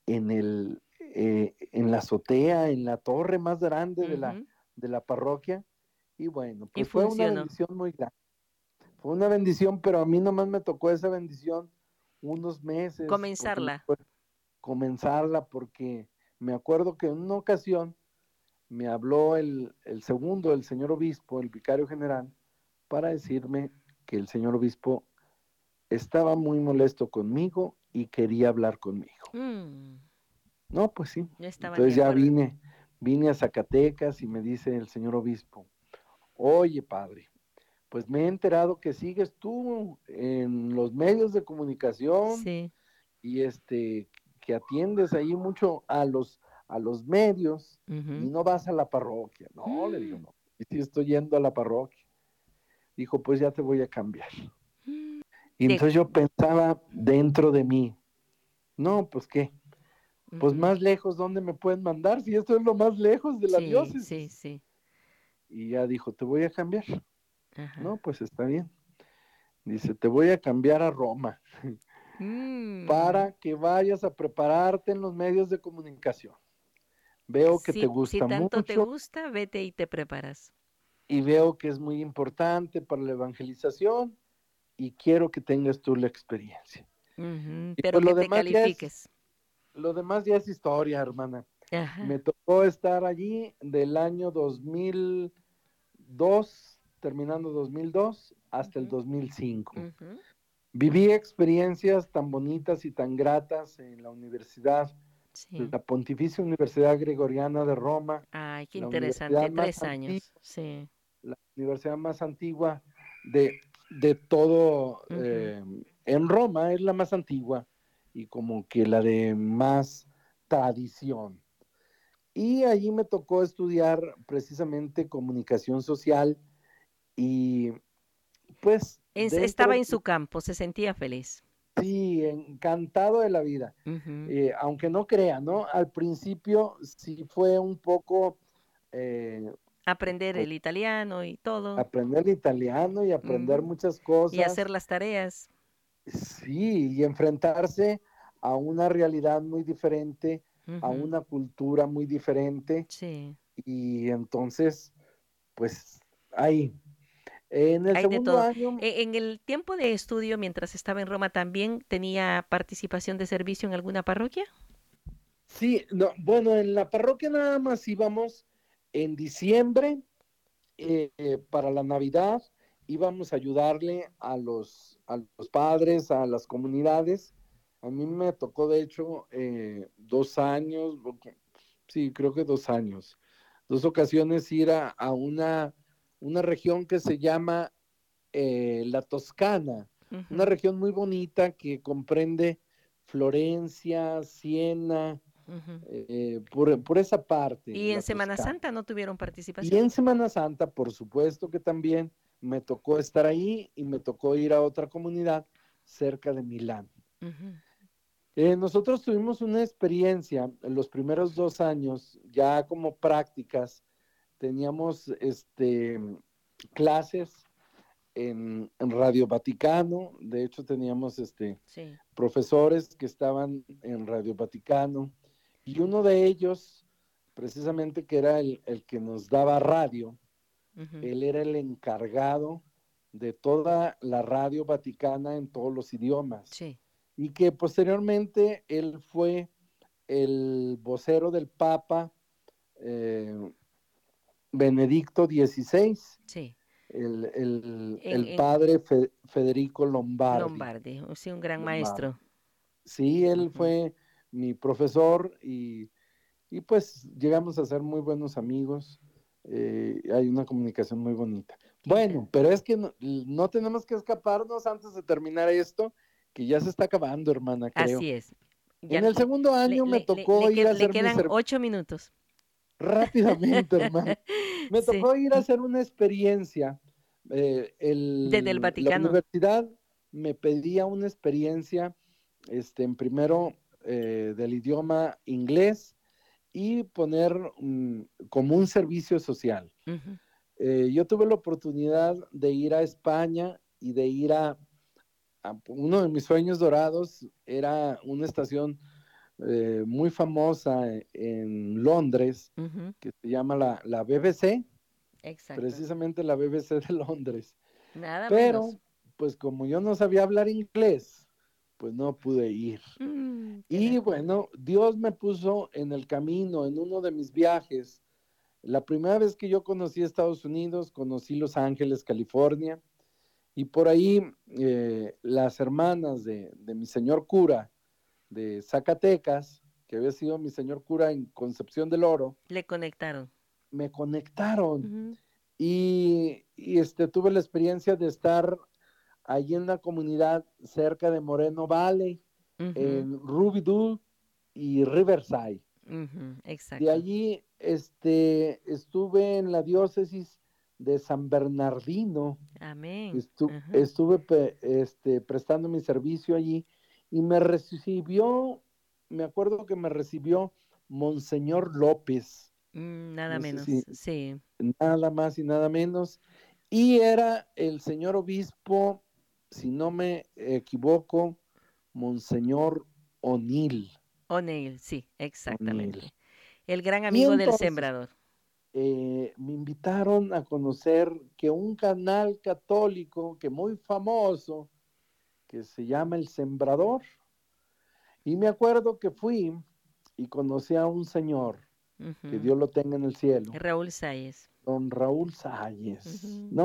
en la azotea, en la torre más grande Ujú. de la parroquia. Y bueno, Y pues fue una funcionó. bendición muy grande. Fue una bendición, pero a mí nomás me tocó esa bendición unos meses, porque Comenzarla. comenzarla, porque me acuerdo que en una ocasión me habló el segundo, el señor obispo, el vicario general, para decirme que el señor obispo estaba muy molesto conmigo y quería hablar conmigo. Mm, No, pues sí. no estaban de Entonces ya acuerdo. vine a Zacatecas y me dice el señor obispo, oye padre, pues me he enterado que sigues tú en los medios de comunicación Sí. y que atiendes ahí mucho a los medios y Ujú. no vas a la parroquia. No, le digo, Mm, no. Y sí estoy yendo a la parroquia. Dijo, pues ya te voy a cambiar. mm. Y De- entonces yo pensaba dentro de mí, no, pues qué, pues ujú. más lejos, ¿dónde me pueden mandar? Si esto es lo más lejos de la Sí, sí, diócesis. sí. Y ya dijo, te voy a cambiar. Ajá. No, pues está bien. Dice, te voy a cambiar a Roma Mm. para que vayas a prepararte en los medios de comunicación. Veo que te Si gusta tanto te mucho gusta, vete y te preparas. y veo que es muy importante para la evangelización y quiero que tengas tú la experiencia. Ujú. Y Pero pues que te califiques. lo demás ya es historia, hermana. Me Ajá. tocó estar allí del año 2002, terminando 2002, hasta el Ujú. 2005. Ujú. Viví experiencias tan bonitas y tan gratas en la universidad, Sí. la Pontificia Universidad Gregoriana de Roma, Ay, qué la interesante. universidad más 3 años. Sí. la universidad más antigua de todo Ujú. en Roma, es la más antigua y como que la de más tradición. Y allí me tocó estudiar precisamente comunicación social y pues Estaba dentro, en su campo, se sentía feliz. sí, encantado de la vida. Ujú. Aunque no crea, ¿no? Al principio sí fue un poco, eh, Aprender pues, el italiano y todo. aprender italiano y aprender Ujú. muchas Y hacer cosas, las tareas. sí, y enfrentarse a una realidad muy diferente, a Ujú. una cultura muy diferente, Sí. y entonces, pues ahí. En el Hay de segundo todo. año, En el tiempo de estudio, mientras estaba en Roma, ¿también tenía participación de servicio en alguna parroquia? sí, no, bueno, en la parroquia nada más íbamos en diciembre para la Navidad, íbamos a ayudarle a los padres, a las comunidades. A mí me tocó, de hecho, 2 años, sí, creo que 2 años, 2 ocasiones ir a una región que se llama la Toscana. una región muy bonita que comprende Florencia, Siena, por esa parte, ¿Y en la Semana Toscana. Santa no tuvieron Y participación? en Semana Santa, por supuesto que también me tocó estar ahí y me tocó ir a otra comunidad cerca de Milán. Nosotros tuvimos una experiencia en los primeros 2 años, ya como prácticas, teníamos clases en Radio Vaticano. De hecho teníamos Sí. profesores que estaban en Radio Vaticano, y uno de ellos, precisamente que era el que nos daba radio, él era el encargado de toda la radio vaticana en todos los idiomas, Sí. y que posteriormente él fue el vocero del Papa Benedicto XVI, Sí. el padre Federico Lombardi. Lombardi, sí, un gran maestro. Sí, él fue mi profesor, y pues llegamos a ser muy buenos amigos. Hay una comunicación muy bonita. Bueno, pero es que no tenemos que escaparnos antes de terminar esto, que ya se está acabando, hermana, creo. Así es. Ya En el segundo año me tocó ir a hacer le quedan 8 minutos. Rápidamente, hermano. Me Sí. tocó ir a hacer una experiencia. Desde el La Vaticano. universidad me pedía una experiencia, en primero del idioma inglés, y poner como un servicio social. Yo tuve la oportunidad de ir a España y de ir a uno de mis sueños dorados, era una estación muy famosa en Londres, que se llama la BBC. Exacto. Precisamente la BBC de Londres. Nada Pero, menos. pues como yo no sabía hablar inglés, pues no pude ir. Y bueno, Dios me puso en el camino, en uno de mis viajes. La primera vez que yo conocí Estados Unidos, conocí Los Ángeles, California, y por ahí las hermanas de mi señor cura de Zacatecas, que había sido mi señor cura en Concepción del Oro, le conectaron. Me conectaron. Y tuve la experiencia de estar allí en la comunidad cerca de Moreno Valley, en Ruby Doo y Riverside. Exacto. De allí estuve en la diócesis de San Bernardino. Amén. Estuve prestando mi servicio allí, y me acuerdo que me recibió Monseñor López. Nada menos, sí. Nada más y nada menos. Y era el señor obispo, si no me equivoco, Monseñor O'Neill. O'Neill, sí, exactamente. O'Neill. El gran amigo del sembrador. Me invitaron a conocer que un canal católico que muy famoso, que se llama El Sembrador. Y me acuerdo que fui y conocí a un señor, que Dios lo tenga en el cielo. Raúl Sáez. Don Raúl Sáez.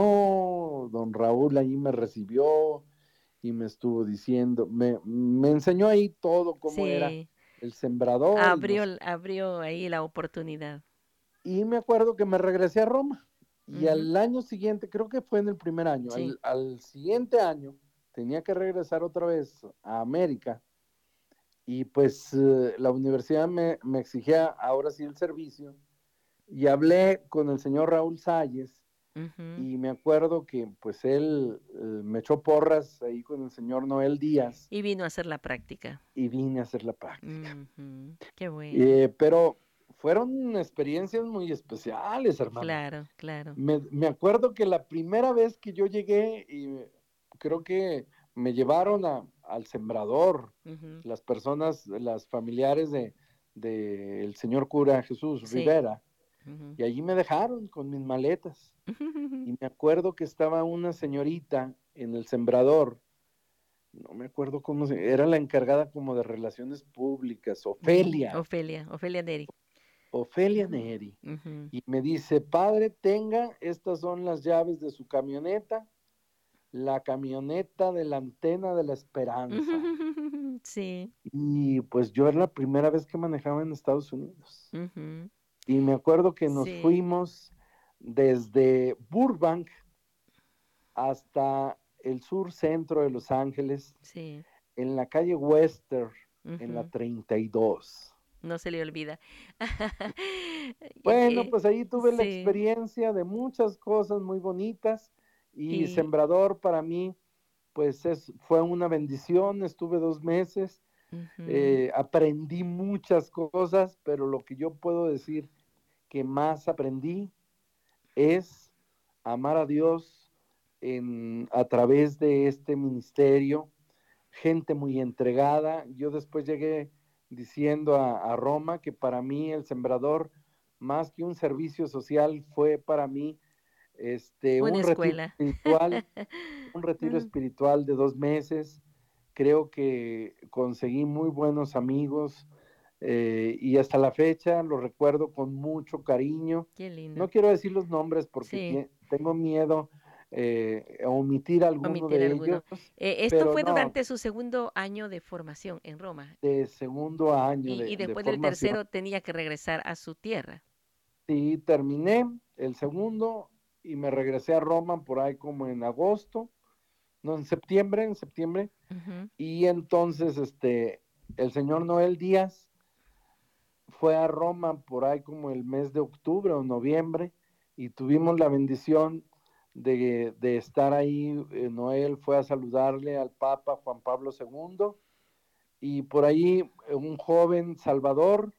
No, don Raúl allí me recibió y me estuvo diciendo, me enseñó ahí todo cómo era el sembrador. Abrió ahí la oportunidad. Y me acuerdo que me regresé a Roma. Y al año siguiente, creo que fue en el primer año, al siguiente año, tenía que regresar otra vez a América. Y pues la universidad me exigía ahora sí el servicio. Y hablé con el señor Raúl Sáez, y me acuerdo que pues él me echó porras ahí con el señor Noel Díaz. Y vino a hacer la práctica. Y vine a hacer la práctica. Qué bueno. Pero fueron experiencias muy especiales, hermano. Claro, claro. Me acuerdo que la primera vez que yo llegué, y creo que me llevaron al sembrador, las personas, las familiares de el señor cura Jesús Rivera, y allí me dejaron con mis maletas. Y me acuerdo que estaba una señorita en el sembrador, no me acuerdo cómo era la encargada como de relaciones públicas, Ofelia. Ofelia Neri. Ofelia Neri. Y me dice, padre, tenga, estas son las llaves de su camioneta, la camioneta de la Antena de la Esperanza. Sí. Y pues yo era la primera vez que manejaba en Estados Unidos. Y me acuerdo que nos fuimos desde Burbank hasta el sur centro de Los Ángeles, Sí. en la calle Western, en la Ujú. 32. No se le olvida. Bueno, pues ahí tuve la Sí. experiencia de muchas cosas muy bonitas y Y Sembrador para mí, pues fue una bendición, estuve 2 meses, ujú, aprendí muchas cosas, pero lo que yo puedo decir que más aprendí es amar a Dios a través de este ministerio, gente muy entregada. Yo después llegué diciendo a Roma que para mí el Sembrador, más que un servicio social, fue para mí una escuela. un retiro Mm, espiritual de 2 meses. Creo que conseguí muy buenos amigos, y hasta la fecha lo recuerdo con mucho cariño. qué lindo. No quiero decir los nombres porque Sí, tengo miedo a omitir alguno omitir de ellos, alguno. Esto pero fue no, durante su segundo año de formación en Roma de segundo año y de después del formación. tercero tenía que regresar a su tierra. Sí, terminé el segundo y me regresé a Roma por ahí como en agosto, no, en septiembre, Ujú. y entonces el señor Noel Díaz fue a Roma por ahí como el mes de octubre o noviembre y tuvimos la bendición de estar ahí. Noel fue a saludarle al Papa Juan Pablo II y por ahí un joven Salvador,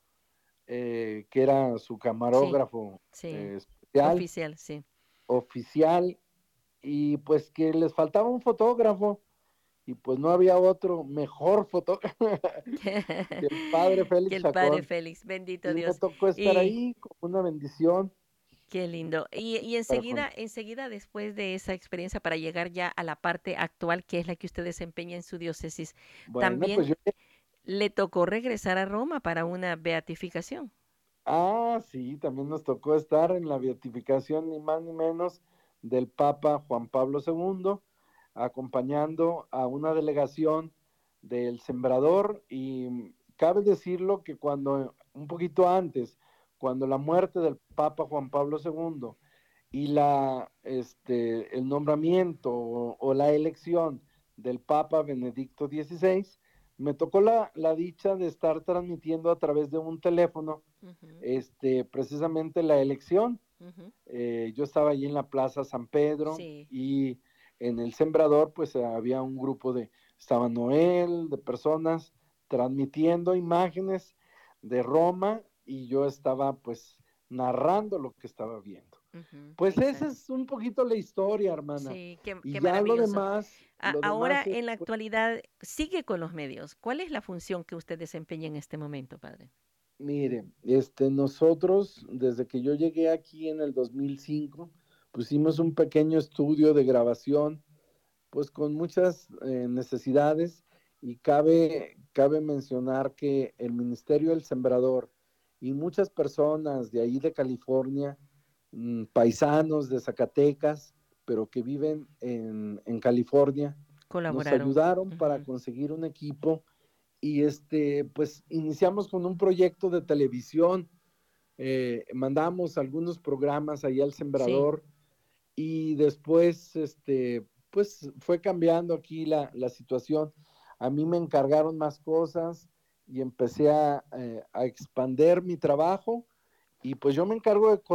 que era su Sí, camarógrafo sí, especial, oficial, sí. oficial, y pues que les faltaba un fotógrafo y pues no había otro mejor fotógrafo que el padre Que Félix el Padre Chacón. Félix, bendito Y me Dios. tocó estar Y ahí como una bendición qué lindo. Y para con... enseguida después de esa experiencia para llegar ya a la parte actual, que es la que usted desempeña en su diócesis, Bueno, pues también yo... le tocó regresar a Roma para una beatificación. Ah, sí, también nos tocó estar en la beatificación, ni más ni menos, del Papa Juan Pablo II, acompañando a una delegación del Sembrador. Y cabe decirlo que un poquito antes, cuando la muerte del Papa Juan Pablo II y el nombramiento o la elección del Papa Benedicto XVI, me tocó la dicha de estar transmitiendo a través de un teléfono, Ujú, precisamente la elección. ujú. Yo estaba allí en la Plaza San Pedro Sí, y en el Sembrador pues había un grupo estaba Noel, de personas transmitiendo imágenes de Roma y yo estaba pues narrando lo que estaba viendo. ujú, Pues esa exacto. es un poquito la historia, hermana. Sí, Y qué ya maravilloso. lo Ahora, demás es, en la pues, actualidad, sigue con los medios. ¿Cuál es la función que usted desempeña en este momento, padre? mire, nosotros, desde que yo llegué aquí en el 2005, pusimos un pequeño estudio de grabación, pues con muchas necesidades, y cabe mencionar que el Ministerio del Sembrador y muchas personas de ahí de California, paisanos de Zacatecas, pero que viven en California, nos Colaboraron. ayudaron para Ujú. conseguir un equipo y pues iniciamos con un proyecto de televisión. Mandamos algunos programas ahí al Sí. Sembrador y después pues fue cambiando aquí la situación. A mí me encargaron más cosas y empecé a expander mi trabajo y pues yo me encargo de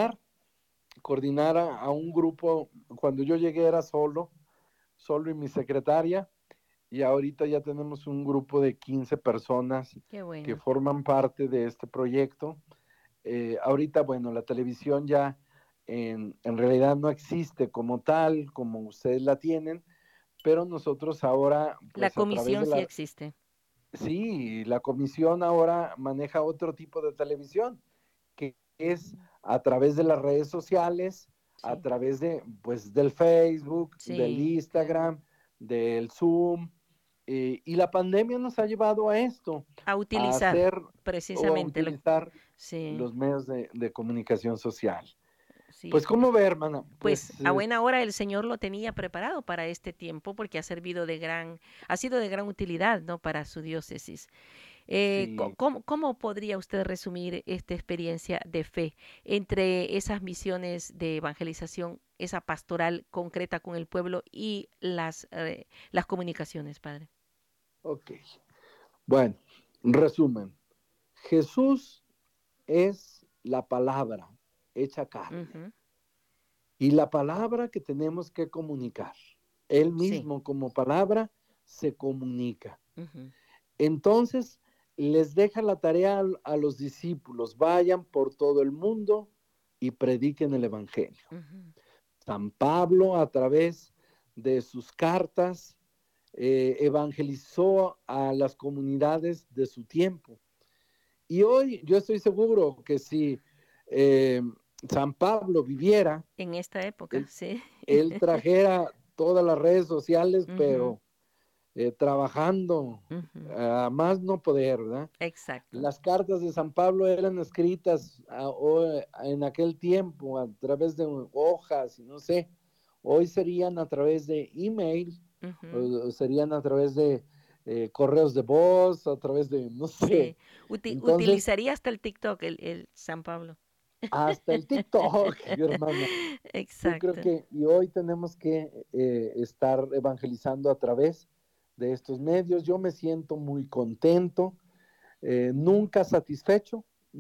coordinar a un grupo. Cuando yo llegué era solo y mi secretaria, y ahorita ya tenemos un grupo de 15 personas Qué que bueno. forman parte de este proyecto. Ahorita, bueno, la televisión ya en realidad no existe como tal, como ustedes la tienen, pero nosotros ahora, La pues a través comisión de sí existe. sí, la comisión ahora maneja otro tipo de televisión, que es Ujú. a través de las redes sociales, a Sí, través pues del Facebook, del sí, claro. Instagram, del Zoom, y la pandemia nos ha llevado a esto, A a utilizar hacer o a precisamente utilizar sí, los medios de comunicación social. sí. Pues, ¿cómo ve, hermana? Pues Pues, a buena hora el Señor lo tenía preparado para este tiempo porque ha sido de gran utilidad, ¿no? Para su diócesis. sí, ¿Cómo podría usted resumir esta experiencia de fe entre esas misiones de evangelización esa pastoral concreta con el pueblo y las comunicaciones, Padre. Ok. Bueno, resumen. Jesús es la palabra hecha carne. Uh-huh. Y la palabra que tenemos que comunicar. Él mismo como palabra se comunica. Uh-huh. Entonces, les deja la tarea a los discípulos. Vayan por todo el mundo y prediquen el evangelio. Uh-huh. San Pablo, a través de sus cartas, evangelizó a las comunidades de su tiempo. Y hoy yo estoy seguro que si San Pablo viviera en esta época, él trajera todas las redes sociales, uh-huh. pero trabajando uh-huh. a más no poder, ¿verdad? Exacto. Las cartas de San Pablo eran escritas en aquel tiempo a través de hojas y no sé, hoy serían a través de email, uh-huh. o serían a través de correos de voz, a través de, no sé. Entonces, utilizaría hasta el TikTok, el San Pablo. Hasta el TikTok, hermana. Exacto. Yo creo que y hoy tenemos que estar evangelizando a través de estos medios. Yo me siento muy contento, nunca satisfecho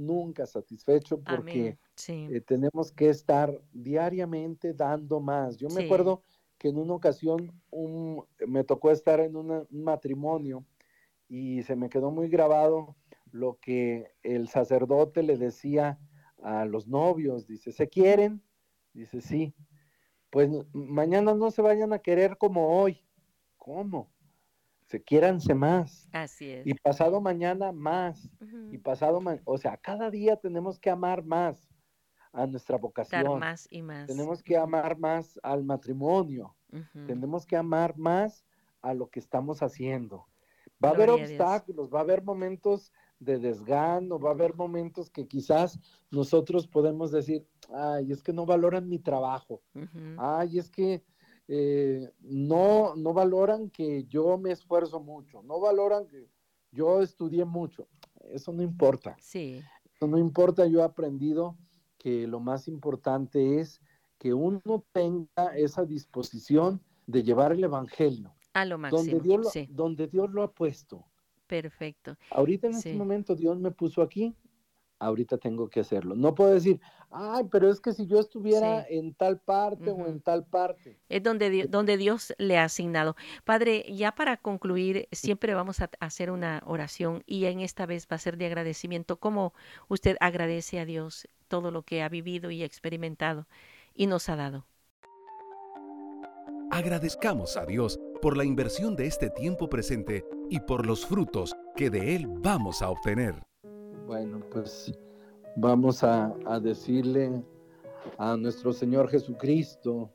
porque sí. tenemos que estar diariamente dando más. Yo me acuerdo que en una ocasión me tocó estar en un matrimonio y se me quedó muy grabado lo que el sacerdote le decía a los novios. Dice, ¿se quieren? Dice, sí. Pues mañana no se vayan a querer como hoy. ¿Cómo? Se quiéranse más. Así es. Y pasado mañana más. Uh-huh. Y pasado o sea, cada día tenemos que amar más a nuestra vocación. Dar más y más. Tenemos que amar más al matrimonio. Uh-huh. Tenemos que amar más a lo que estamos haciendo. Va a haber obstáculos, va a haber momentos de desgano, va a haber momentos que quizás nosotros podemos decir, ay, es que no valoran mi trabajo, uh-huh. ay, es que no valoran que yo me esfuerzo mucho, no valoran que yo estudié mucho. Eso no importa. Sí. Eso no importa. Yo he aprendido que lo más importante es que uno tenga esa disposición de llevar el evangelio a lo máximo, donde Dios lo ha puesto. Perfecto. Ahorita en este momento Dios me puso aquí, ahorita tengo que hacerlo. No puedo decir, ay, pero es que si yo estuviera en tal parte uh-huh. o en tal parte. Es donde Dios le ha asignado. Padre, ya para concluir, siempre vamos a hacer una oración y en esta vez va a ser de agradecimiento. ¿Cómo usted agradece a Dios todo lo que ha vivido y experimentado y nos ha dado? Agradezcamos a Dios por la inversión de este tiempo presente y por los frutos que de Él vamos a obtener. Bueno, pues vamos a decirle a nuestro Señor Jesucristo,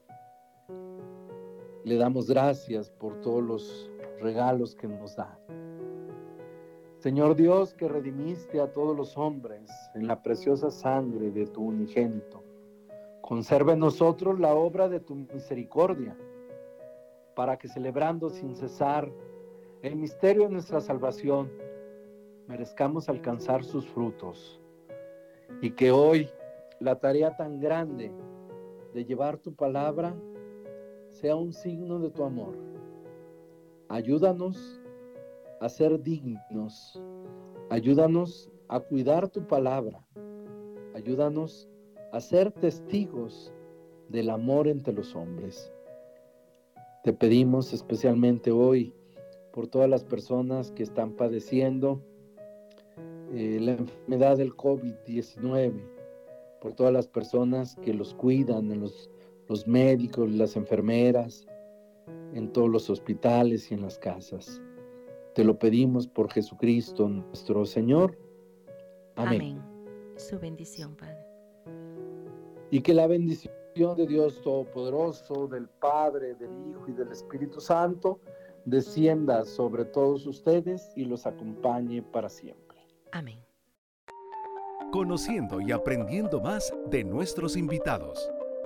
le damos gracias por todos los regalos que nos da. Señor Dios, que redimiste a todos los hombres en la preciosa sangre de tu unigénito, conserva en nosotros la obra de tu misericordia, para que celebrando sin cesar el misterio de nuestra salvación, merezcamos alcanzar sus frutos, y que hoy la tarea tan grande de llevar tu palabra sea un signo de tu amor. Ayúdanos a ser dignos, ayúdanos a cuidar tu palabra, ayúdanos a ser testigos del amor entre los hombres. Te pedimos especialmente hoy por todas las personas que están padeciendo la enfermedad del COVID-19, por todas las personas que los cuidan, los médicos, las enfermeras, en todos los hospitales y en las casas. Te lo pedimos por Jesucristo nuestro Señor. Amén. Amén. Su bendición, Padre. Y que la bendición de Dios Todopoderoso, del Padre, del Hijo y del Espíritu Santo, descienda sobre todos ustedes y los acompañe para siempre. Amén. Conociendo y aprendiendo más de nuestros invitados.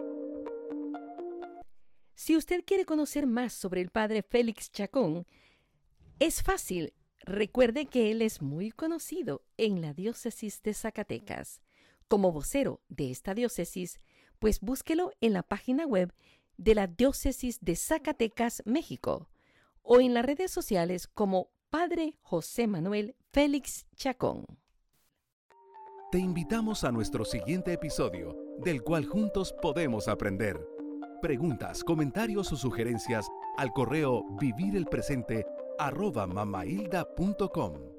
Si usted quiere conocer más sobre el Padre Félix Chacón, es fácil. Recuerde que él es muy conocido en la diócesis de Zacatecas. Como vocero de esta diócesis, Pues búsquelo en la página web de la Diócesis de Zacatecas, México, o en las redes sociales como Padre José Manuel Félix Chacón. Te invitamos a nuestro siguiente episodio, del cual juntos podemos aprender. Preguntas, comentarios o sugerencias al correo vivirelpresente@mamahilda.com.